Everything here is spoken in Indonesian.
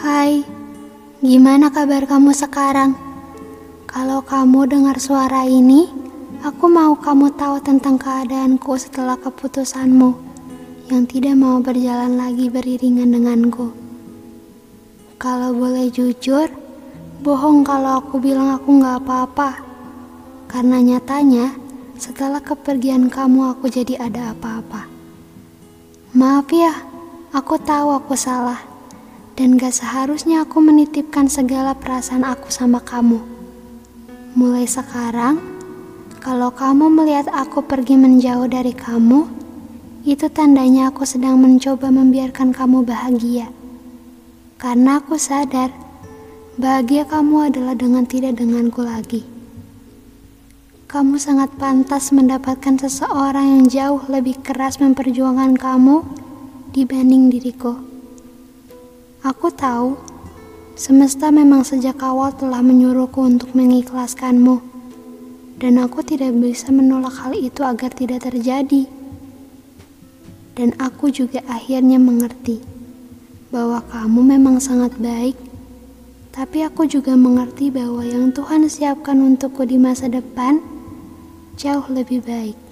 Hai, gimana kabar kamu sekarang? Kalau kamu dengar suara ini, aku mau kamu tahu tentang keadaanku setelah keputusanmu yang tidak mau berjalan lagi beriringan denganku. Kalau boleh jujur, bohong kalau aku bilang aku gak apa-apa. Karena nyatanya, setelah kepergian kamu aku jadi ada apa-apa. Maaf ya, aku tahu aku salah. Dan gak seharusnya aku menitipkan segala perasaan aku sama kamu. Mulai sekarang, kalau kamu melihat aku pergi menjauh dari kamu, itu tandanya aku sedang mencoba membiarkan kamu bahagia. Karena aku sadar, bahagia kamu adalah dengan tidak denganku lagi. Kamu sangat pantas mendapatkan seseorang yang jauh lebih keras memperjuangkan kamu dibanding diriku. Aku tahu, semesta memang sejak awal telah menyuruhku untuk mengikhlaskanmu, dan aku tidak bisa menolak hal itu agar tidak terjadi. Dan aku juga akhirnya mengerti bahwa kamu memang sangat baik, tapi aku juga mengerti bahwa yang Tuhan siapkan untukku di masa depan jauh lebih baik.